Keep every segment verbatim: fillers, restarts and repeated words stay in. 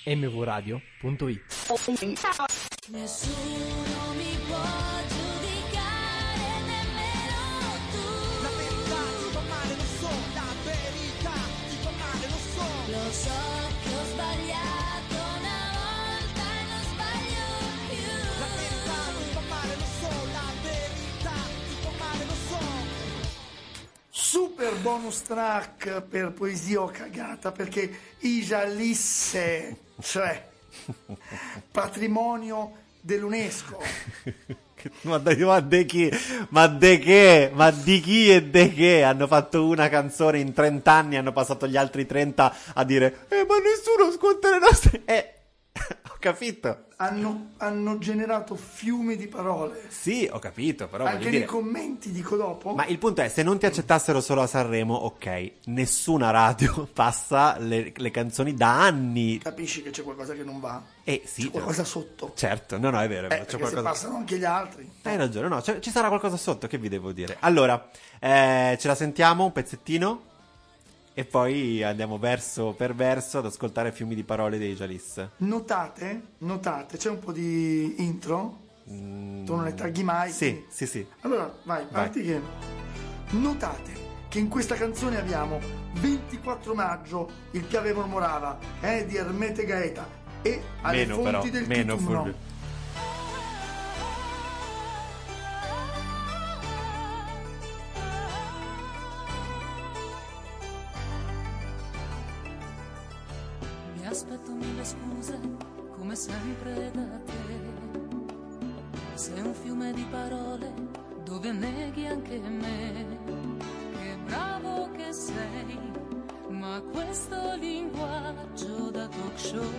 m v radio punto it. Nessuno mi può giudicare, nemmeno tu. La verità ti fa male, lo so, la verità ti fa male, lo so. Lo so che ho sbagliato una volta e non sbaglio più. La verità ti fa male, lo so, la verità ti fa male, lo so. Super bonus track per Poesia o Cagata, perché i Jalisse, cioè patrimonio dell'UNESCO. Ma de, ma de chi? Ma de che? Ma di chi e de che? Hanno fatto una canzone in trenta anni, hanno passato gli altri trenta a dire eh ma nessuno ascolta le nostre... Eh, ho capito. Hanno, hanno generato fiumi di parole. Sì, ho capito, però Anche voglio nei dire... commenti, dico dopo. Ma il punto è, se non ti accettassero solo a Sanremo, ok, nessuna radio passa le, le canzoni da anni. Capisci che c'è qualcosa che non va? Eh sì, C'è qualcosa sotto. certo, no no è vero, è Eh, vero, perché c'è qualcosa... se passano anche gli altri. Hai ragione, no, c'è- ci sarà qualcosa sotto, che vi devo dire. Allora, eh, ce la sentiamo un pezzettino e poi andiamo verso per verso ad ascoltare fiumi di parole dei Jalis. Notate, notate, c'è un po' di intro. Mm, Tu non le tagghi mai. Sì, quindi- sì, sì. Allora, vai, parti che... Notate che in questa canzone abbiamo ventiquattro maggio, il Piave mormorava, eh, di Ermete Gaeta, e alle Meno fonti però, del meno Tutumno. Fulvio. Mi aspetto mille scuse, come sempre da te. Sei un fiume di parole dove neghi anche me. Che bravo che sei, ma questo linguaggio da talk show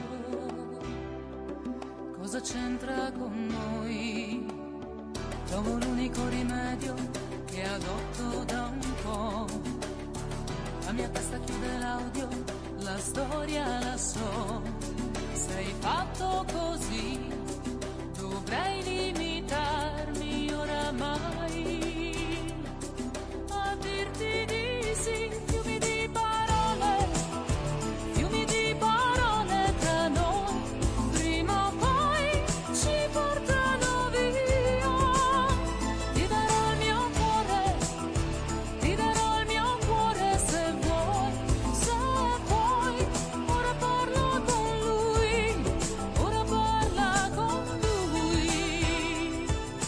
cosa c'entra con noi? Trovo l'unico rimedio che adotto da un po'. La mia testa chiude l'audio, la storia la so. Sei fatto così, dovrei limitarmi oramai a dirti di sì. Fiumi di parole, fiumi di parole tra noi, prima o poi ci portano via. Ti darò il mio cuore, ti darò il mio cuore se vuoi, se vuoi. Ora parla con lui, ora parla con lui.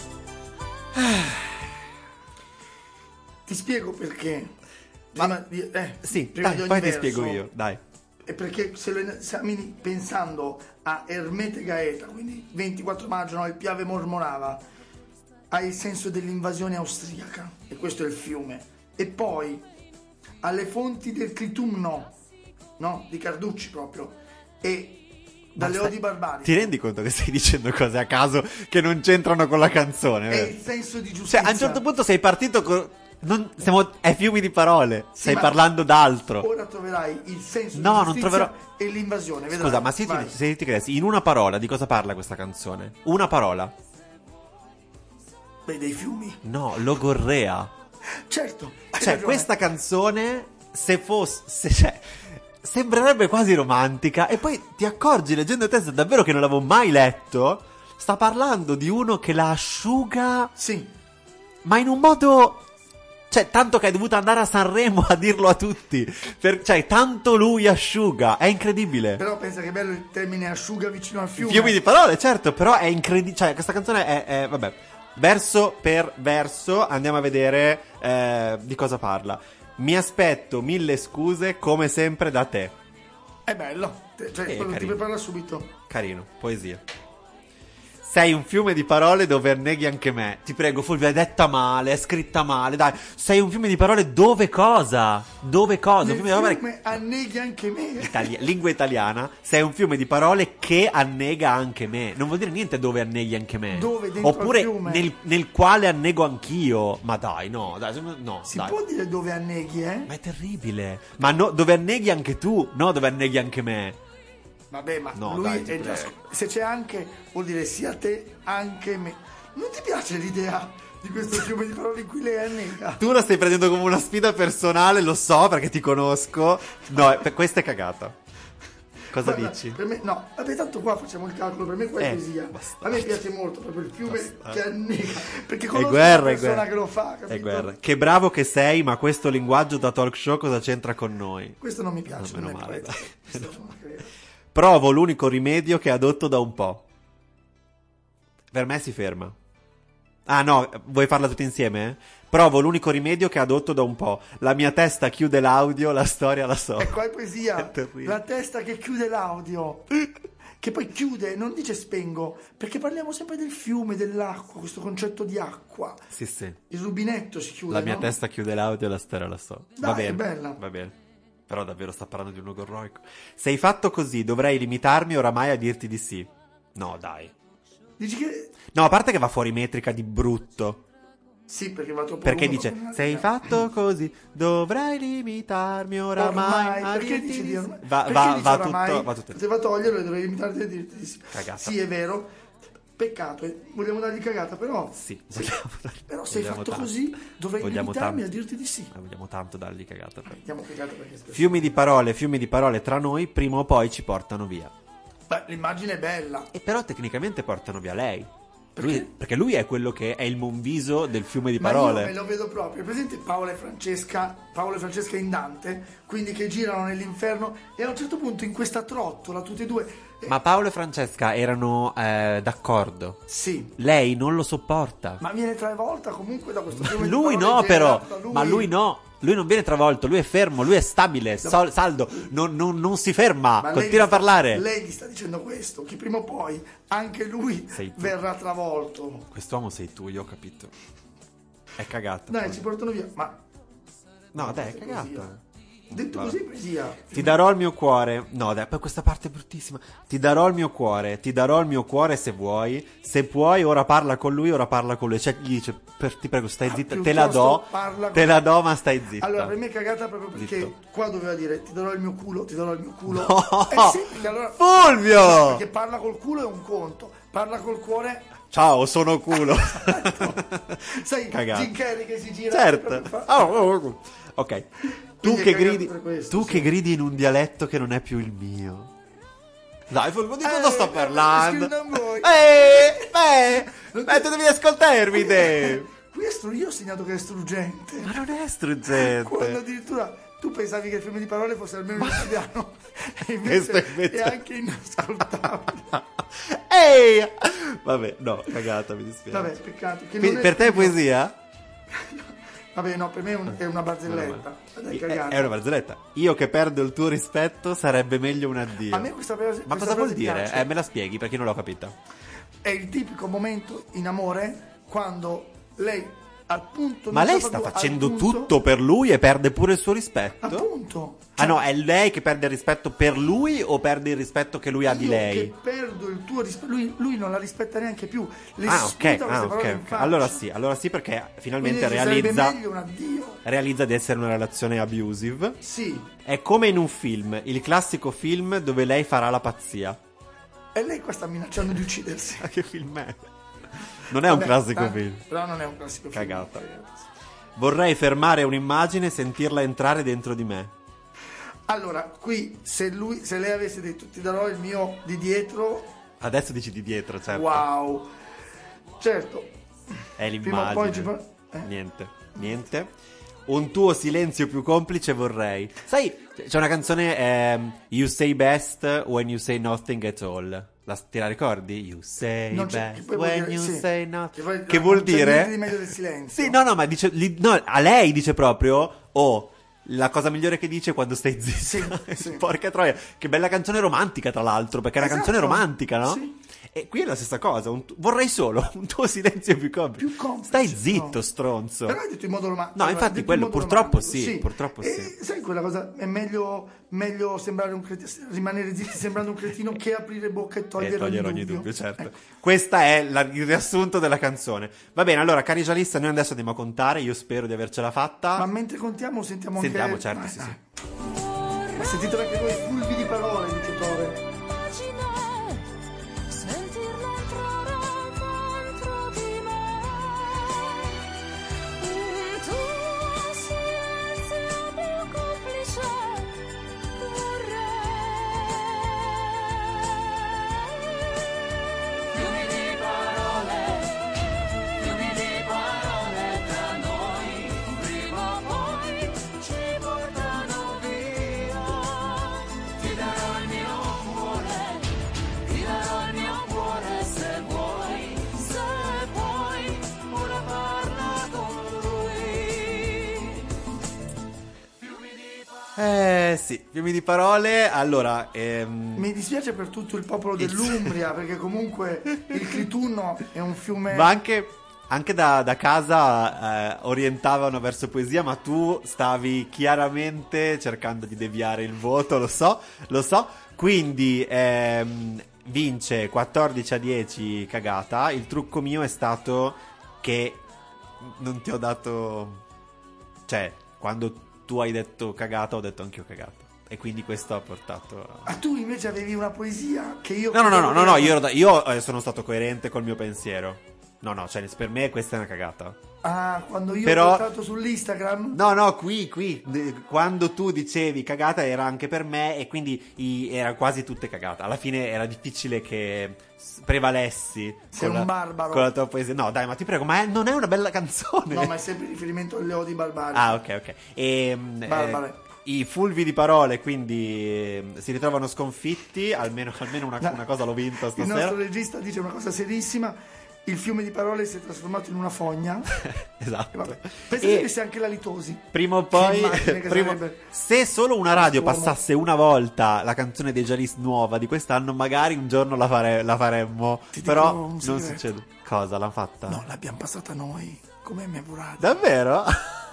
Ti spiego perché. Prima di, eh, Sì, prima dai, di ogni poi ti verso, spiego io, dai. è perché se lo esamini pensando a Ermete Gaeta, quindi ventiquattro maggio, no, il Piave mormorava, hai il senso dell'invasione austriaca, e questo è il fiume. E poi alle fonti del Clitumno, no, di Carducci proprio, e dalle Basta. odi barbari. Ti rendi conto che stai dicendo cose a caso che non c'entrano con la canzone? È vero? il senso di Cioè, giustizia. a un certo punto sei partito con... Non, siamo, è fiumi di parole, Sì, stai ma parlando d'altro. Ora troverai il senso No, di non giustizia troverò- e l'invasione. Vedrai. Scusa, ma se Vai. ti, se ti chiedessi in una parola di cosa parla questa canzone? Una parola? Beh, dei fiumi. No, logorrea. Certo. hai Cioè, ragione. questa canzone, se fosse... Se, cioè, sembrerebbe quasi romantica e poi ti accorgi leggendo il testo davvero che non l'avevo mai letto. Sta parlando di uno che la asciuga, Sì. ma in un modo... Cioè, tanto che hai dovuto andare a Sanremo a dirlo a tutti. Per- cioè, tanto lui asciuga. È incredibile. Però pensa che bello il termine asciuga vicino al fiume. Fiumi di parole, certo, però è incredibile. Cioè, questa canzone è, è- vabbè, verso per verso andiamo a vedere eh, di cosa parla. Mi aspetto mille scuse, come sempre, da te. È bello. Te- Cioè, Eh, quello ti carino. prepara subito. Carino, poesia. Sei un fiume di parole dove anneghi anche me. Ti prego, Fulvio, è detta male, è scritta male. Dai, sei un fiume di parole dove cosa? Dove cosa? Un Nel fiume di parole... fiume anneghi anche me. Itali- lingua italiana, sei un fiume di parole che annega anche me. Non vuol dire niente dove anneghi anche me. Dove? Dentro Oppure al fiume? nel, nel quale annego anch'io. Ma dai, no, dai, no, Si dai. può dire dove anneghi, eh? Ma è terribile. Ma no, dove anneghi anche tu, no dove anneghi anche me. Vabbè, ma No, lui dai, ti è già... prego. Se c'è anche, vuol dire sia te, anche me. Non ti piace l'idea di questo fiume di parole in cui lei annega? Tu la stai prendendo come una sfida personale, lo so perché ti conosco. No, è- per- questa è cagata. Cosa Guarda, dici? Per me, no, vabbè, tanto qua facciamo il calcolo, per me qua è Eh, poesia. basta. A me piace molto proprio il fiume Basta. che annega, perché È conosco guerra, una è persona guerra. che lo fa, capito? È guerra. Che bravo che sei, ma questo linguaggio da talk show cosa c'entra con noi? Questo non mi piace, No, non meno è male, poetico. dai. Questo non credo. Provo l'unico rimedio che adotto da un po'. Per me si ferma. Ah no, vuoi farla tutti insieme? eh? Provo l'unico rimedio che adotto da un po'. La mia testa chiude l'audio, la storia la so. E qua è poesia. È terribile. La testa che chiude l'audio. Che poi chiude, non dice spengo, perché parliamo sempre del fiume, dell'acqua, questo concetto di acqua. Sì, sì. Il rubinetto si chiude, La mia no? testa chiude l'audio, la storia la so. Dai, Va bene. è bella. Va bene. Però davvero sta parlando di un logorroico. Sei fatto così, dovrei limitarmi oramai a dirti di sì. No, dai. Dici che... No, a parte che va fuori metrica di brutto. Sì, perché va troppo Perché lungo, dice, proprio una sei linea. fatto così, dovrai limitarmi oramai, Ormai, a perché dirti dici di di sì. ormai? Va, Perché va, dici va oramai? tutto, va tutto. Poteva toglierlo e dovevi limitarti a dirti di sì. Cagata. Sì, è vero. Peccato, eh, vogliamo dargli cagata, però... Sì, vogliamo dargli- Però sei vogliamo fatto tanto. così, dovrei Vogliamo limitarmi tanto. a dirti di sì. Ma vogliamo tanto dargli cagata. però. Diamo cagata perché spesso... Fiumi di parole, fiumi di parole tra noi, prima o poi ci portano via. Beh, l'immagine è bella. E però tecnicamente portano via lei. Perché? Lui- perché lui è quello che è il monviso del fiume di Ma parole. io me lo vedo proprio. Presente Paolo e Francesca, Paolo e Francesca in Dante, quindi che girano nell'inferno e a un certo punto in questa trottola, tutti e due... eh, Ma Paolo e Francesca erano eh, d'accordo. sì, Lei non lo sopporta. ma viene travolta comunque da questo fiume di Lui parole no, però. generato da lui. Ma lui no. Lui non viene travolto, lui è fermo, lui è stabile, sol- saldo, non, non- non si ferma, Ma lei continua gli a sta- parlare. Lei gli sta dicendo questo, che prima o poi anche lui Sei tu. verrà travolto. Quest'uomo sei tu, io ho capito. È cagata. Dai, ci portano via. Ma No, dai, è Poesia. cagata. detto Vabbè. così, poesia. Ti darò il mio cuore. No, dai, poi questa parte è bruttissima. Ti darò il mio cuore. Ti darò il mio cuore se vuoi. Se puoi, ora parla con lui, ora parla con lui. Cioè, gli dice, per, ti prego, stai Ah, zitta. Te la do. piuttosto parla con- Te la do, ma stai zitta. Allora, per me è cagata proprio perché Zitto. qua doveva dire ti darò il mio culo, ti darò il mio culo. No! Eh sì, perché allora... Fulvio! Perché parla col culo è un conto, parla col cuore... Ciao, sono culo. Sai, Cagato. Jim Carrey che si gira... Certo. proprio fa- Oh, oh, oh. Ok. Tu Quindi è che, cagato gridi, per questo, tu sì. che gridi in un dialetto che non è più il mio. Dai, Fulvio, di Eh, cosa sto eh, parlando? scrivi da voi. Eh, beh, beh, tu devi ascoltarmi te. Qui è stru- io ho segnato che è struggente. Ma non è Quando struggente. addirittura tu pensavi che il film di parole fosse almeno in italiano e Questo invece, invece- è anche inascoltabile. Ehi! Vabbè, no, cagata, mi dispiace. Vabbè, peccato. Che Quindi, non per te è più- poesia? Vabbè, no, per me è, un- è una barzelletta. Dai, È, cagata. è una barzelletta. Io che perdo il tuo rispetto sarebbe meglio un addio. A me questa frase Ma questa cosa vuol frase dire? piace. Eh, me la spieghi perché non l'ho capita. È il tipico momento in amore quando lei al punto Ma non lei sa sta proprio- facendo al punto- tutto per lui e perde pure il suo rispetto? appunto. Ah no, è lei che perde il rispetto per lui o perde il rispetto che lui ha di Io lei? che perdo il tuo rispetto, lui, lui non la rispetta neanche più. Le Ah, ok, sputa queste ah, parole ok, in ok. faccia. Allora sì, allora sì perché finalmente Quindi ci sarebbe realizza meglio un addio. realizza di essere una relazione abusive. Sì. È come in un film, il classico film dove lei farà la pazzia. E lei qua sta minacciando di uccidersi. Ma che film è? Non è un Vabbè, classico dai, film. Però non è un classico film. Cagata. Vorrei fermare un'immagine e sentirla entrare dentro di me. Allora, qui se lui se lei avesse detto ti darò il mio di dietro, Adesso dici di dietro, certo. wow. Certo. È Prima o poi ci l'immagine. fa- eh? Niente, niente. Un tuo silenzio più complice vorrei. Sai, c'è una canzone ehm, You say best when you say nothing at all. La, te la ricordi? You say Non c'è- che best poi vuol when dire- you sì. say nothing. Che poi- Che non vuol c'è niente dire? di meglio del silenzio. Sì, no, no, ma dice li- no, a lei dice proprio oh, la cosa migliore che dice è quando stai zitta. Sì, sì. Porca troia, che bella canzone romantica tra l'altro, perché è una Esatto. canzone romantica, no? Sì. E qui è la stessa cosa, un tu- vorrei solo un tuo silenzio più complice. Più complice, Stai no. zitto, stronzo. Però hai detto in modo romantico. No, Allora, infatti hai detto in quello, modo purtroppo romantico, sì, purtroppo E sì. sai quella cosa? È meglio, meglio sembrare un cretino, rimanere zitti sembrando un cretino che aprire bocca e togliere, E togliere ogni, ogni dubbio. dubbio, certo. Ecco. Questo è la- il riassunto della canzone. Va bene, allora, cari giallisti, noi adesso andiamo a contare. Io spero di avercela fatta. Ma mentre contiamo sentiamo anche... Sentiamo, certo, Vai, sì, dai. sì. Ma sentite anche voi fulvi di parole, dice Tore. Immagine, sentirla entrare dentro di me. Un tuo silenzio più complice vorrei. Eh sì, fiumi di parole. Allora, ehm... mi dispiace per tutto il popolo dell'Umbria, perché comunque il Clitunno è un fiume. Ma anche, anche da, da casa eh, orientavano verso poesia, ma tu stavi chiaramente cercando di deviare il voto, lo so, lo so. Quindi ehm, vince quattordici a dieci Cagata. Il trucco mio è stato che non ti ho dato, cioè, quando tu hai detto Cagata ho detto anch'io Cagata, e quindi questo ha portato a... Ah, tu invece avevi una poesia che io... No, no, no, no, no, no, io, ero da- io eh, sono stato coerente col mio pensiero. No, no, cioè per me questa è una cagata. Ah, quando io Però- ho portato sull'Instagram. No, no, qui, qui, d- quando tu dicevi cagata era anche per me, e quindi i- era quasi tutte cagate. Alla fine era difficile che s- prevalessi Sei con un la, barbaro. con la tua poesia. No, dai, ma ti prego, ma è- non è una bella canzone? No, ma è sempre riferimento alle odi barbari. Ah, ok, ok. E, mm, Barbare. eh, i fulvi di parole quindi eh, si ritrovano sconfitti. Almeno, almeno una, No. una cosa l'ho vinta Il stasera. nostro regista dice una cosa serissima. Il fiume di parole si è trasformato in una fogna. Esatto. E vabbè. Pensate E- che sia anche la litosi. Prima o poi, Che immagine che prima- sarebbe. se solo una radio Uomo. passasse una volta la canzone dei Jalis nuova di quest'anno, magari un giorno la, fare- la faremmo. Ti dico Però un non segreto. succede. Cosa l'hanno fatta? No, l'abbiamo passata noi. Come M V Radio. Davvero?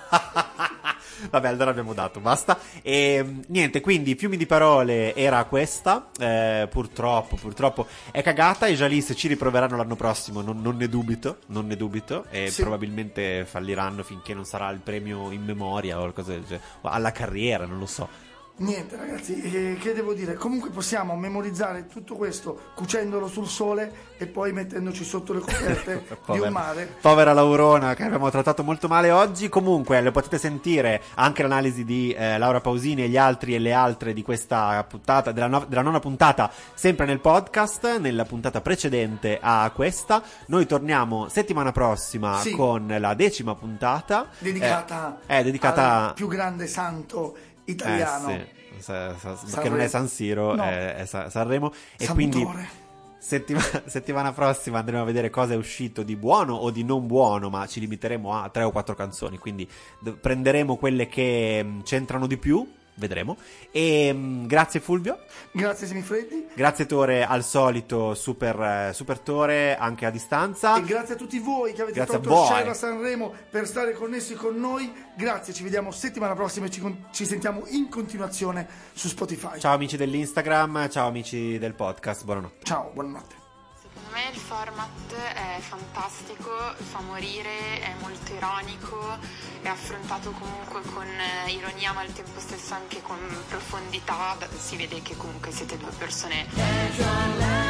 Vabbè, allora abbiamo dato, basta. E niente, quindi fiumi di parole era questa. Eh, purtroppo, purtroppo è cagata. I Jalis ci riproveranno l'anno prossimo, non, non ne dubito, non ne dubito. E Sì. probabilmente falliranno finché non sarà il premio in memoria o qualcosa del genere. O alla carriera, non lo so. Niente ragazzi, eh, che devo dire? Comunque possiamo memorizzare tutto questo cucendolo sul sole e poi mettendoci sotto le coperte di Povera- un mare. Povera Laurona, che abbiamo trattato molto male oggi. Comunque, le potete sentire anche l'analisi di eh, Laura Pausini e gli altri e le altre di questa puntata, della, no- della nona puntata, sempre nel podcast, nella puntata precedente a questa. Noi torniamo settimana prossima Sì. con la decima puntata. Dedicata, Eh, è dedicata al più grande santo italiano. Eh, sì. Sa- sa- che Sanremo. non è San Siro, No. è, è Sa- Sanremo. E Salvatore. quindi settima- settimana prossima andremo a vedere cosa è uscito di buono o di non buono, ma ci limiteremo a tre o quattro canzoni, quindi d- prenderemo quelle che mh, c'entrano di più, vedremo. E mh, grazie Fulvio, Grazie Semifreddi. grazie Tore, al solito super, eh, super Tore anche a distanza. E grazie a tutti voi che avete Grazie a tolto voi. share a Sanremo per stare connessi con noi. Grazie, ci vediamo settimana prossima e ci, con- ci sentiamo in continuazione su Spotify. Ciao amici dell'Instagram, ciao amici del podcast, buonanotte. Ciao, buonanotte. Secondo me il format è fantastico, fa morire, è molto ironico, è affrontato comunque con eh, ironia ma al tempo stesso anche con profondità. Si vede che comunque siete due persone